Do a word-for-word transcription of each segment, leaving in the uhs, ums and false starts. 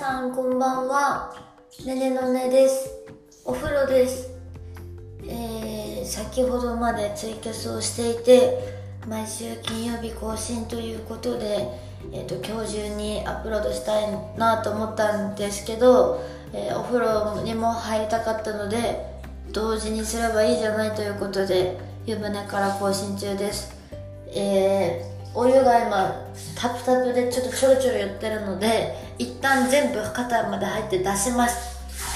さんこんばんは。ねねのねです。お風呂です。えー、先ほどまでツイキャスをしていて、毎週金曜日更新ということで、えーと、今日中にアップロードしたいなと思ったんですけど、えー、お風呂にも入りたかったので同時にすればいいじゃないということで湯船から更新中です。えーお湯が今タプタプでちょっとちょろちょろ言ってるので、一旦全部肩まで入って出します。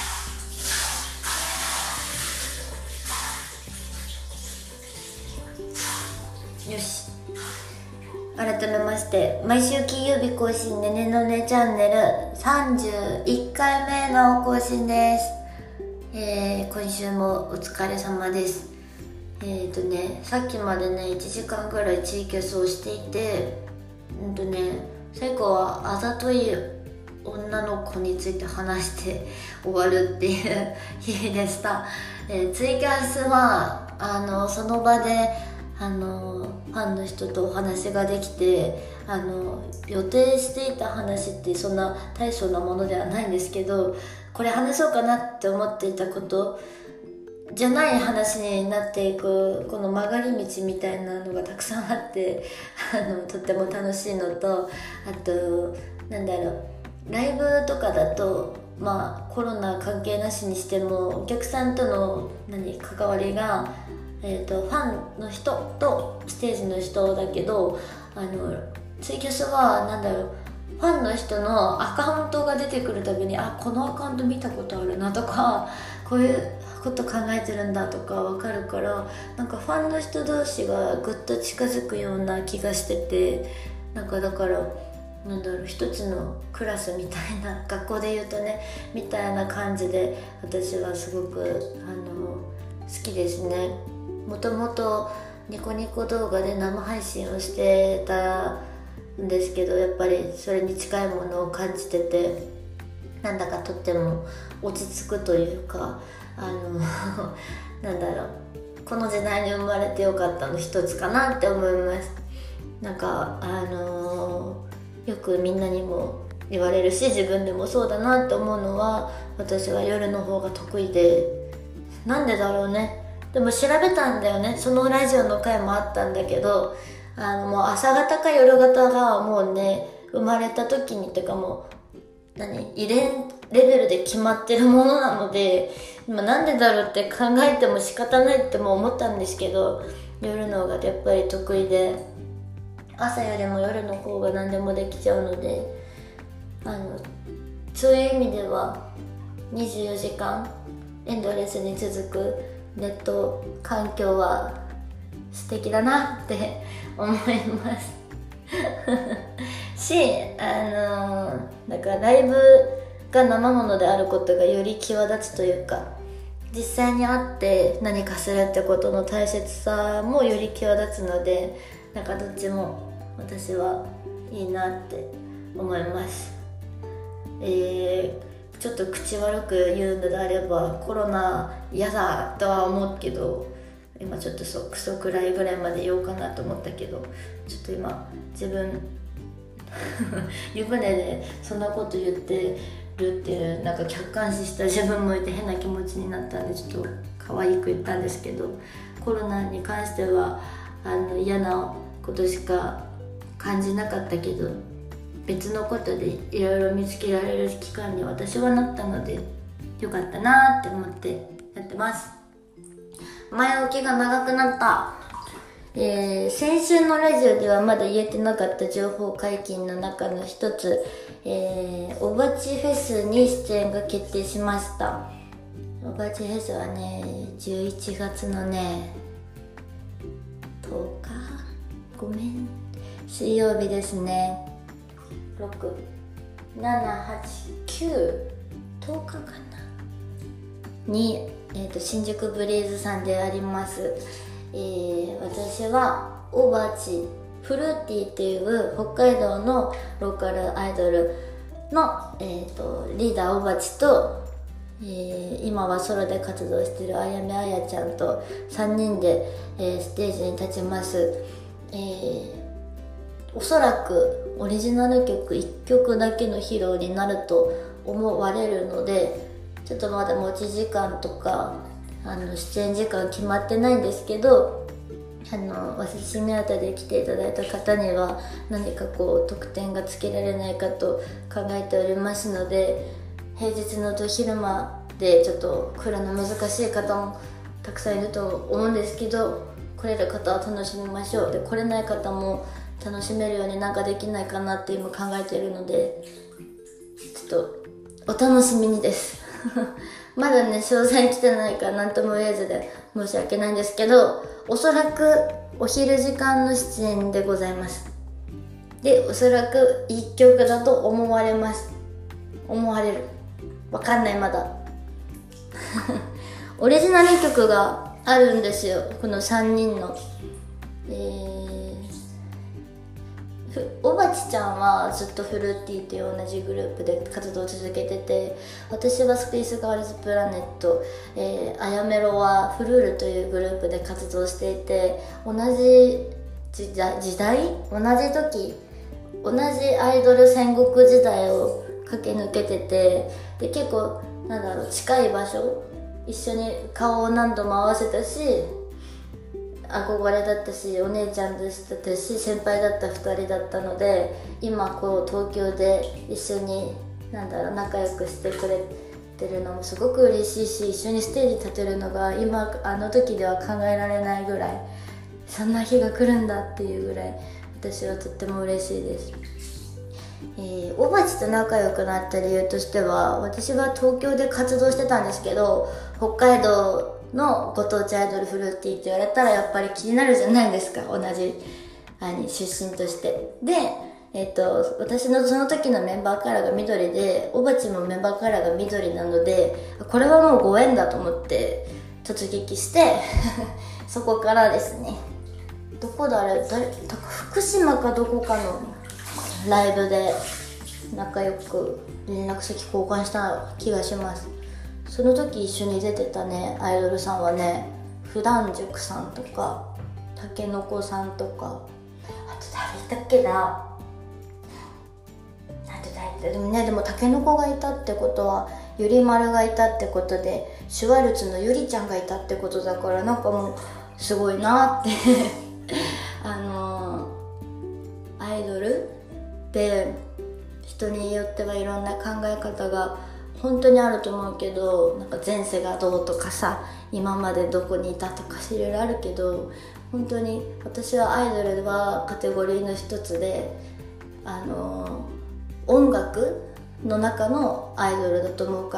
よし、改めまして毎週金曜日更新ねねのねチャンネルさんじゅういっかいめの更新です。えー、今週もお疲れ様です。えーとね、さっきまでねいちじかんぐらいツイキャスをしていて、うんとね最後はあざとい女の子について話して終わるっていう日でした。えー、ツイキャスはあのその場であのファンの人とお話ができて、あの予定していた話ってそんな大層なものではないんですけど、これ話そうかなって思っていたことじゃない話になっていくこの曲がり道みたいなのがたくさんあってあのとっても楽しいのと、あとなんだろう、ライブとかだとまあコロナ関係なしにしてもお客さんとの何関わりが、えーと、ファンの人とステージの人だけど、あのツイキャスはなんだろう、ファンの人のアカウントが出てくるたびに、あ、このアカウント見たことあるなとか、こういうこと考えてるんだとか分かるから、なんかファンの人同士がぐっと近づくような気がしてて、なんかだからなんだろう、一つのクラスみたいな、学校で言うとねみたいな感じで私はすごくあの好きですね。もともとニコニコ動画で生配信をしてたんですけど、やっぱりそれに近いものを感じてて、なんだかとっても落ち着くというか、あのなんだろう、この時代に生まれてよかったの一つかなって思います。なんかあのー、よくみんなにも言われるし、自分でもそうだなって思うのは、私は夜の方が得意で、なんでだろうね。でも調べたんだよね、そのラジオの回もあったんだけど、あのもう朝方か夜方がもうね、生まれた時にとかもう何遺伝レベルで決まってるものなので、今なんでだろうって考えても仕方ないっても思ったんですけど、夜の方がやっぱり得意で、朝よりも夜の方が何でもできちゃうので、あのそういう意味ではにじゅうよじかんエンドレスに続くネット環境は素敵だなって思いますし、あのだからライブが生ものであることがより際立つというか、実際に会って何かするってことの大切さもより際立つので、なんかどっちも私はいいなって思います。えー、ちょっと口悪く言うのであればコロナ嫌だとは思うけど、今ちょっとクソくらいぐらいまで言おうかなと思ったけど、ちょっと今自分湯船でそんなこと言ってるっていう、なんか客観視した自分もいて変な気持ちになったんで、ちょっと可愛く言ったんですけど、コロナに関してはあの嫌なことしか感じなかったけど、別のことでいろいろ見つけられる期間に私はなったのでよかったなって思ってやってます。前置きが長くなった。えー、先週のラジオではまだ言えてなかった情報解禁の中の一つ、えー、おばちフェスに出演が決定しました。おばちフェスはね、じゅういちがつのねとおか、ごめん、水曜日ですね。ろく、なな、はち、きゅう、とおかかなに、えーと、新宿ブリーズさんであります。えー、私はオバチフルーティーっていう北海道のローカルアイドルの、えー、とリーダーオバチと、えー、今はソロで活動しているあやめあやちゃんとさんにんで、えー、ステージに立ちます。えー、おそらくオリジナル曲いっきょくだけの披露になると思われるので、ちょっとまだ持ち時間とかあの出演時間決まってないんですけど、あの私目当てで来ていただいた方には何かこう特典がつけられないかと考えておりますので、平日のと昼間でちょっと来るの難しい方もたくさんいると思うんですけど、来れる方は楽しみましょう。で、来れない方も楽しめるようになんかできないかなって今考えているので、ちょっとお楽しみにですまだね詳細来てないから何とも言えずで申し訳ないんですけど、おそらくお昼時間の出演でございます。で、おそらくいっきょくだと思われます思われるわかんない、まだオリジナル曲があるんですよ、このさんにんの。えー、おばちちゃんはずっとフルーティーという同じグループで活動を続けてて、私はスペースガールズプラネット、えー、あやめろはフルールというグループで活動していて、同じ時代、時代同じ時同じアイドル戦国時代を駆け抜けてて、で結構なんだろう、近い場所一緒に顔を何度も合わせたし、憧れだったし、お姉ちゃんでしたし、先輩だったふたりだったので、今こう東京で一緒になんだろう仲良くしてくれてるのもすごく嬉しいし、一緒にステージ立てるのが今あの時では考えられないぐらい、そんな日が来るんだっていうぐらい私はとっても嬉しいです。えー、おばちと仲良くなった理由としては、私は東京で活動してたんですけど、北海道のご当地アイドルフルーティーって言われたらやっぱり気になるじゃないですか、同じ兄出身として。で、えっと、私のその時のメンバーカラーが緑で、おばちもメンバーカラーが緑なので、これはもうご縁だと思って突撃してそこからですね、どこだあれ、誰福島かどこかのライブで仲良く連絡先交換した気がします。その時一緒に出てたねアイドルさんはね、普段塾さんとかたけのこさんとか、あと誰いたっけな、あと誰でもね、でもたけのこがいたってことはゆりまるがいたってことで、シュワルツのゆりちゃんがいたってことだから、なんかもうすごいなってあのー、アイドルで人によってはいろんな考え方が本当にあると思うけど、なんか前世がどうとかさ、今までどこにいたとかいろいろあるけど、本当に私はアイドルはカテゴリーの一つで、あの音楽の中のアイドルだと思うから、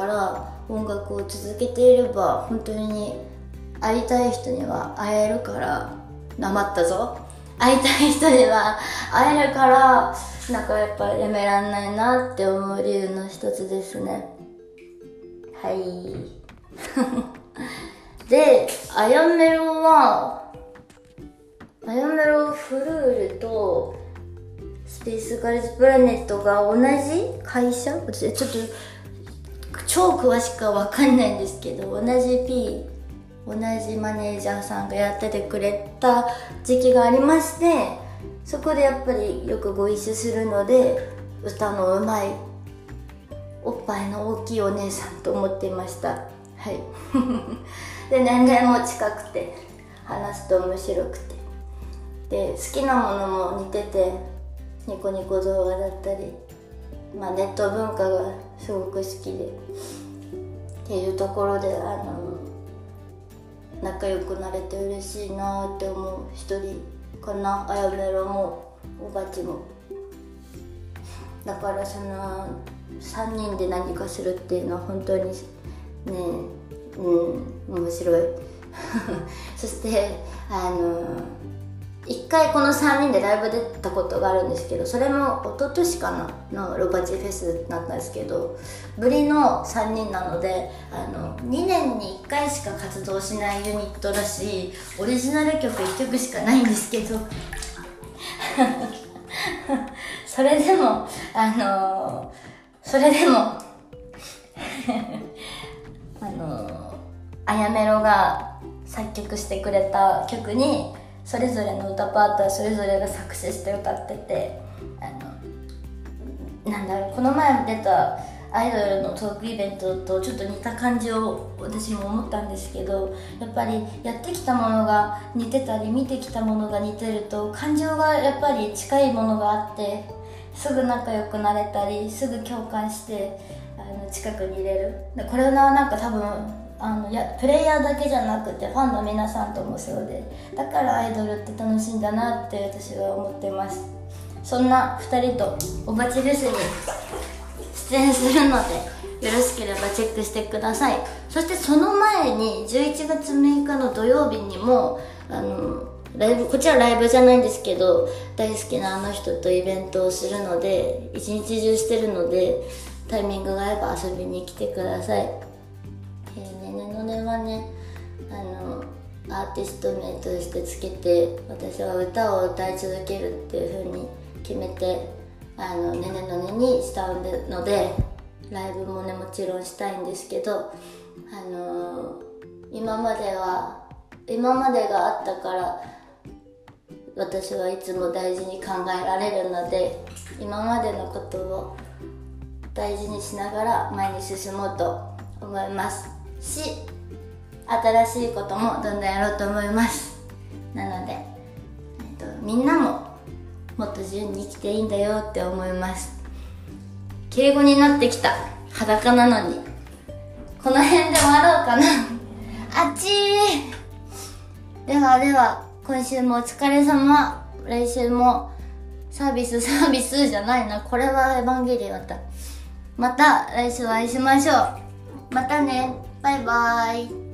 音楽を続けていれば本当に会いたい人には会えるから、なまったぞ、会いたい人には会えるから、なんかやっぱやめらんないなって思う理由の一つですね。はいで、あやめろはあやめろフルールとスペースガールズプラネットが同じ会社、ちょっと超詳しくは分かんないんですけど、同じ P 同じマネージャーさんがやっててくれた時期がありまして、そこでやっぱりよくご一緒するので、歌のうまいおっぱいの大きいお姉さんと思っていました。はいで、年齢も近くて話すと面白くて、で好きなものも似てて、ニコニコ動画だったり、まあ、ネット文化がすごく好きでっていうところで、あの仲良くなれて嬉しいなって思う一人かな、あやめろもおばちも。だからそのさんにんで何かするっていうのは本当にね、うん面白いそしてあの一回このさんにんでライブ出たことがあるんですけど、それも一昨年かなのロバチフェスだったんですけど、ぶりのさんにんなので、あのにねんにいっかいしか活動しないユニットだし、オリジナル曲いっきょくしかないんですけどそれでもあのそれでもあのあやめろが作曲してくれた曲にそれぞれの歌パートはそれぞれが作詞して歌ってて、あのなんだろう、この前出たアイドルのトークイベントとちょっと似た感じを私も思ったんですけど、やっぱりやってきたものが似てたり見てきたものが似てると感情がやっぱり近いものがあって、すぐ仲良くなれたりすぐ共感してあの近くにいれる。これはなんか多分あのやプレイヤーだけじゃなくてファンの皆さんともそうで、だからアイドルって楽しいんだなって私は思ってます。そんなふたりとおばちですに出演するので、よろしければチェックしてください。そしてその前にじゅういちがつむいかの土曜日にもあのライブ、こちらライブじゃないんですけど、大好きなあの人とイベントをするので、一日中してるので、タイミングが合えば遊びに来てください。えー、ねねのねはね、あのアーティスト名としてつけて、私は歌を歌い続けるっていう風に決めて、あのねねのねにしたので、ライブもねもちろんしたいんですけど、あのー、今までは今までがあったから私はいつも大事に考えられるので、今までのことを大事にしながら前に進もうと思いますし、新しいこともどんどんやろうと思います。なので、えっと、みんなももっと自由に生きていいんだよって思います。敬語になってきた。裸なのにこの辺で終わろうかなあっちー。ではでは、今週もお疲れ様。来週もサービスサービスじゃないな、これはエヴァンゲリオンだ。また来週お会いしましょう。またね、バイバーイ。